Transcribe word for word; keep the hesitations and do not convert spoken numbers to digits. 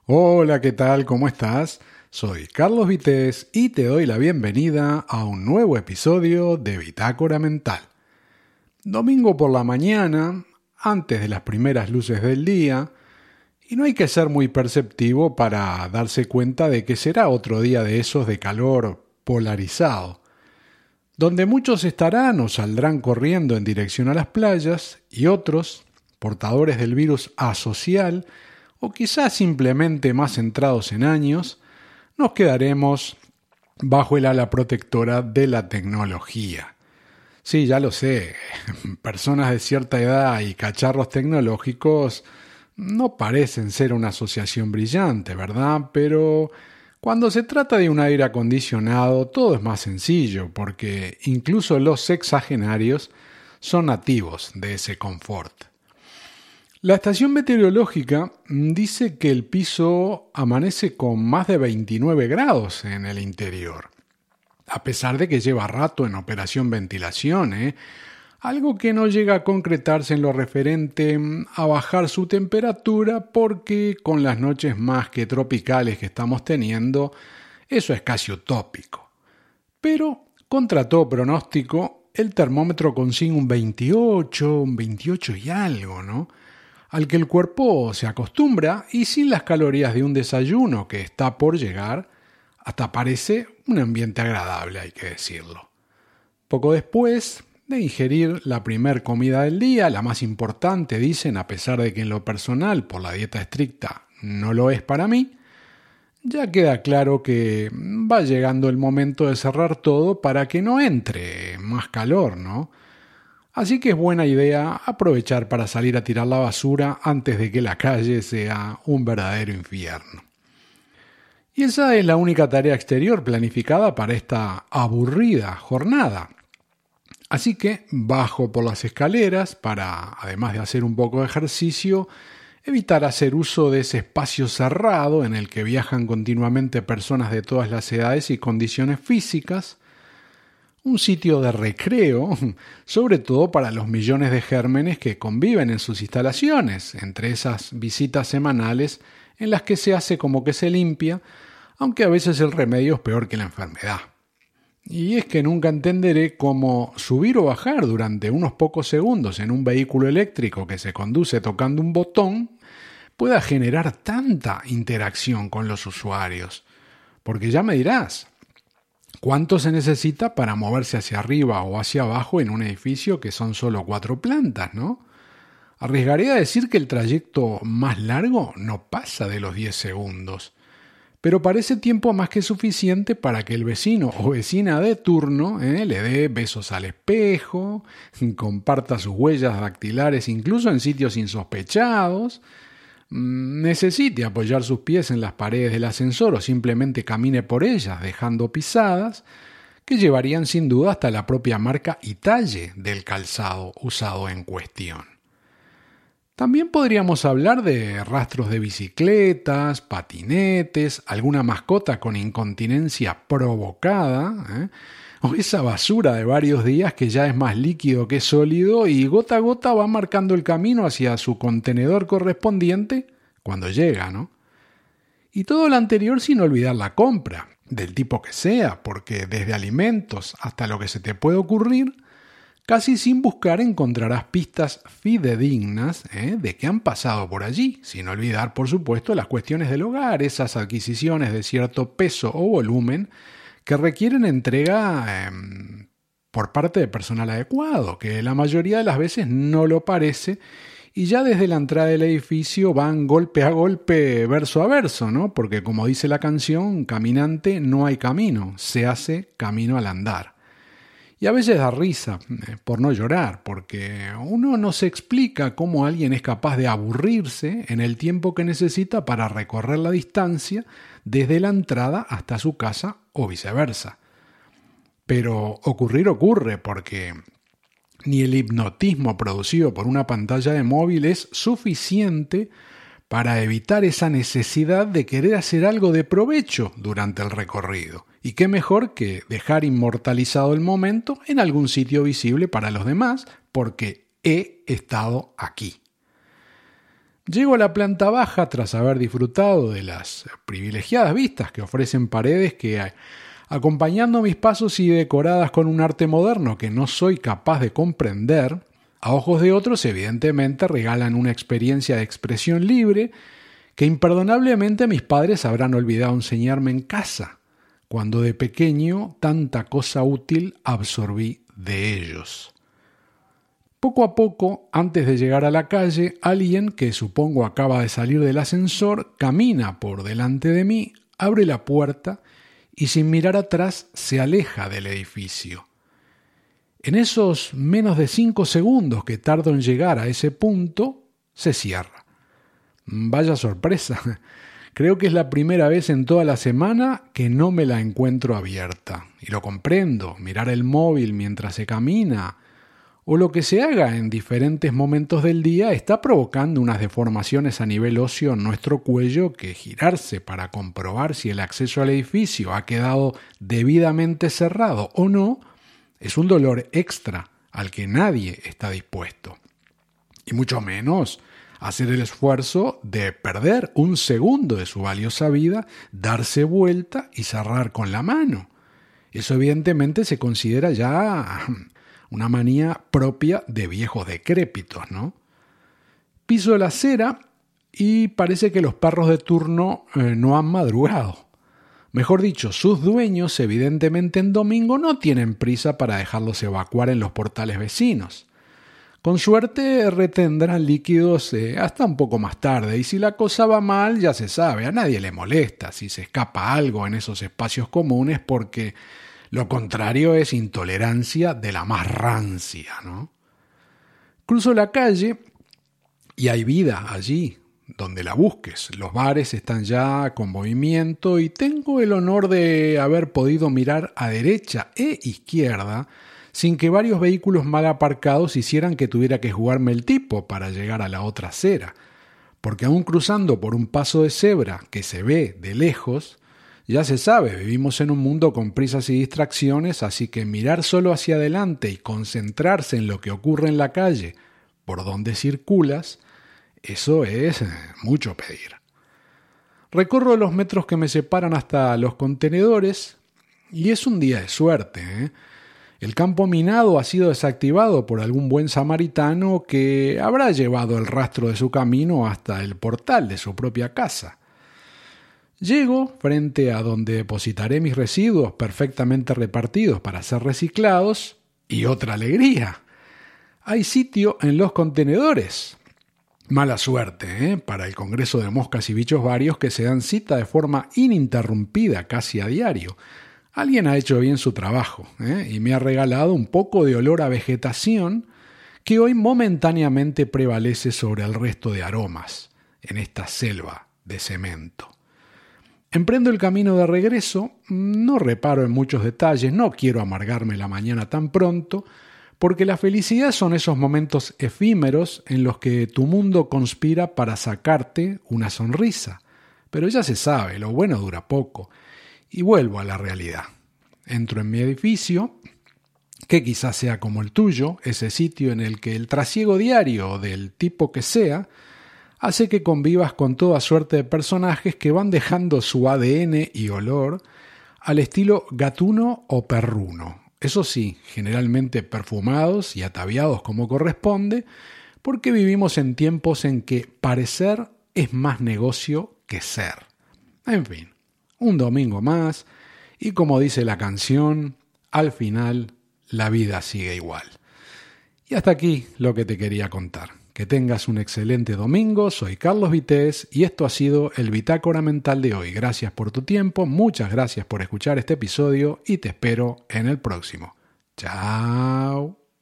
Hola, ¿qué tal? ¿Cómo estás? Soy Carlos Vitéz y te doy la bienvenida a un nuevo episodio de Bitácora Mental. Domingo por la mañana, antes de las primeras luces del día, y no hay que ser muy perceptivo para darse cuenta de que será otro día de esos de calor polarizado, donde muchos estarán o saldrán corriendo en dirección a las playas y otros, portadores del virus asocial, o quizás simplemente más centrados en años, nos quedaremos bajo el ala protectora de la tecnología. Sí, ya lo sé, personas de cierta edad y cacharros tecnológicos no parecen ser una asociación brillante, ¿verdad? Pero cuando se trata de un aire acondicionado, todo es más sencillo, porque incluso los sexagenarios son nativos de ese confort. La estación meteorológica dice que el piso amanece con más de veintinueve grados en el interior, a pesar de que lleva rato en operación ventilación, ¿eh? Algo que no llega a concretarse en lo referente a bajar su temperatura porque con las noches más que tropicales que estamos teniendo, eso es casi utópico. Pero, contra todo pronóstico, el termómetro consigue un veintiocho, un veintiocho y algo, ¿no? Al que el cuerpo se acostumbra y sin las calorías de un desayuno que está por llegar, hasta parece un ambiente agradable, hay que decirlo. Poco después de ingerir la primer comida del día, la más importante, dicen, a pesar de que en lo personal, por la dieta estricta, no lo es para mí, ya queda claro que va llegando el momento de cerrar todo para que no entre más calor, ¿no? Así que es buena idea aprovechar para salir a tirar la basura antes de que la calle sea un verdadero infierno. Y esa es la única tarea exterior planificada para esta aburrida jornada. Así que bajo por las escaleras para, además de hacer un poco de ejercicio, evitar hacer uso de ese espacio cerrado en el que viajan continuamente personas de todas las edades y condiciones físicas, un sitio de recreo, sobre todo para los millones de gérmenes que conviven en sus instalaciones, entre esas visitas semanales en las que se hace como que se limpia, aunque a veces el remedio es peor que la enfermedad. Y es que nunca entenderé cómo subir o bajar durante unos pocos segundos en un vehículo eléctrico que se conduce tocando un botón pueda generar tanta interacción con los usuarios. Porque ya me dirás, ¿cuánto se necesita para moverse hacia arriba o hacia abajo en un edificio que son solo cuatro plantas, no? Arriesgaré a decir que el trayecto más largo no pasa de los diez segundos. Pero parece tiempo más que suficiente para que el vecino o vecina de turno eh, le dé besos al espejo, comparta sus huellas dactilares incluso en sitios insospechados, necesite apoyar sus pies en las paredes del ascensor o simplemente camine por ellas dejando pisadas que llevarían sin duda hasta la propia marca y talle del calzado usado en cuestión. También podríamos hablar de rastros de bicicletas, patinetes, alguna mascota con incontinencia provocada, ¿eh? o esa basura de varios días que ya es más líquido que sólido y gota a gota va marcando el camino hacia su contenedor correspondiente cuando llega, ¿no? Y todo lo anterior sin olvidar la compra, del tipo que sea, porque desde alimentos hasta lo que se te puede ocurrir, casi sin buscar encontrarás pistas fidedignas ¿eh? de que han pasado por allí, sin olvidar, por supuesto, las cuestiones del hogar, esas adquisiciones de cierto peso o volumen que requieren entrega eh, por parte de personal adecuado, que la mayoría de las veces no lo parece, y ya desde la entrada del edificio van golpe a golpe, verso a verso, ¿no? Porque como dice la canción, caminante no hay camino, se hace camino al andar. Y a veces da risa, eh, por no llorar, porque uno no se explica cómo alguien es capaz de aburrirse en el tiempo que necesita para recorrer la distancia desde la entrada hasta su casa o viceversa. Pero ocurrir ocurre porque ni el hipnotismo producido por una pantalla de móvil es suficiente para evitar esa necesidad de querer hacer algo de provecho durante el recorrido. Y qué mejor que dejar inmortalizado el momento en algún sitio visible para los demás, porque he estado aquí. Llego a la planta baja tras haber disfrutado de las privilegiadas vistas que ofrecen paredes que, acompañando mis pasos y decoradas con un arte moderno que no soy capaz de comprender, a ojos de otros evidentemente regalan una experiencia de expresión libre que imperdonablemente mis padres habrán olvidado enseñarme en casa, cuando de pequeño tanta cosa útil absorbí de ellos. Poco a poco, antes de llegar a la calle, alguien, que supongo acaba de salir del ascensor, camina por delante de mí, abre la puerta y sin mirar atrás se aleja del edificio. En esos menos de cinco segundos que tardo en llegar a ese punto, se cierra. Vaya sorpresa. Creo que es la primera vez en toda la semana que no me la encuentro abierta. Y lo comprendo, mirar el móvil mientras se camina o lo que se haga en diferentes momentos del día está provocando unas deformaciones a nivel óseo en nuestro cuello que girarse para comprobar si el acceso al edificio ha quedado debidamente cerrado o no es un dolor extra al que nadie está dispuesto. Y mucho menos hacer el esfuerzo de perder un segundo de su valiosa vida, darse vuelta y cerrar con la mano. Eso evidentemente se considera ya una manía propia de viejos decrépitos, ¿no? Piso la acera y parece que los perros de turno eh, no han madrugado. Mejor dicho, sus dueños evidentemente en domingo no tienen prisa para dejarlos evacuar en los portales vecinos. Con suerte retendrán líquidos eh, hasta un poco más tarde y si la cosa va mal ya se sabe, a nadie le molesta si se escapa algo en esos espacios comunes porque lo contrario es intolerancia de la más rancia, ¿no? Cruzo la calle y hay vida allí, donde la busques. Los bares están ya con movimiento y tengo el honor de haber podido mirar a derecha e izquierda sin que varios vehículos mal aparcados hicieran que tuviera que jugarme el tipo para llegar a la otra acera. Porque aún cruzando por un paso de cebra que se ve de lejos, ya se sabe, vivimos en un mundo con prisas y distracciones, así que mirar solo hacia adelante y concentrarse en lo que ocurre en la calle, por donde circulas, eso es mucho pedir. Recorro los metros que me separan hasta los contenedores y es un día de suerte, ¿eh? El campo minado ha sido desactivado por algún buen samaritano que habrá llevado el rastro de su camino hasta el portal de su propia casa. Llego frente a donde depositaré mis residuos perfectamente repartidos para ser reciclados y otra alegría. Hay sitio en los contenedores. Mala suerte, ¿eh? Para el Congreso de Moscas y Bichos Varios que se dan cita de forma ininterrumpida casi a diario. Alguien ha hecho bien su trabajo, ¿eh? Y me ha regalado un poco de olor a vegetación que hoy momentáneamente prevalece sobre el resto de aromas en esta selva de cemento. Emprendo el camino de regreso, no reparo en muchos detalles, no quiero amargarme la mañana tan pronto, porque la felicidad son esos momentos efímeros en los que tu mundo conspira para sacarte una sonrisa. Pero ya se sabe, lo bueno dura poco. Y vuelvo a la realidad. Entro en mi edificio, que quizás sea como el tuyo, ese sitio en el que el trasiego diario, del tipo que sea, hace que convivas con toda suerte de personajes que van dejando su A D N y olor al estilo gatuno o perruno. Eso sí, generalmente perfumados y ataviados como corresponde, porque vivimos en tiempos en que parecer es más negocio que ser. En fin. Un domingo más, y como dice la canción, al final la vida sigue igual. Y hasta aquí lo que te quería contar. Que tengas un excelente domingo, soy Carlos Vitéz y esto ha sido el Bitácora Mental de hoy. Gracias por tu tiempo, muchas gracias por escuchar este episodio y te espero en el próximo. Chao.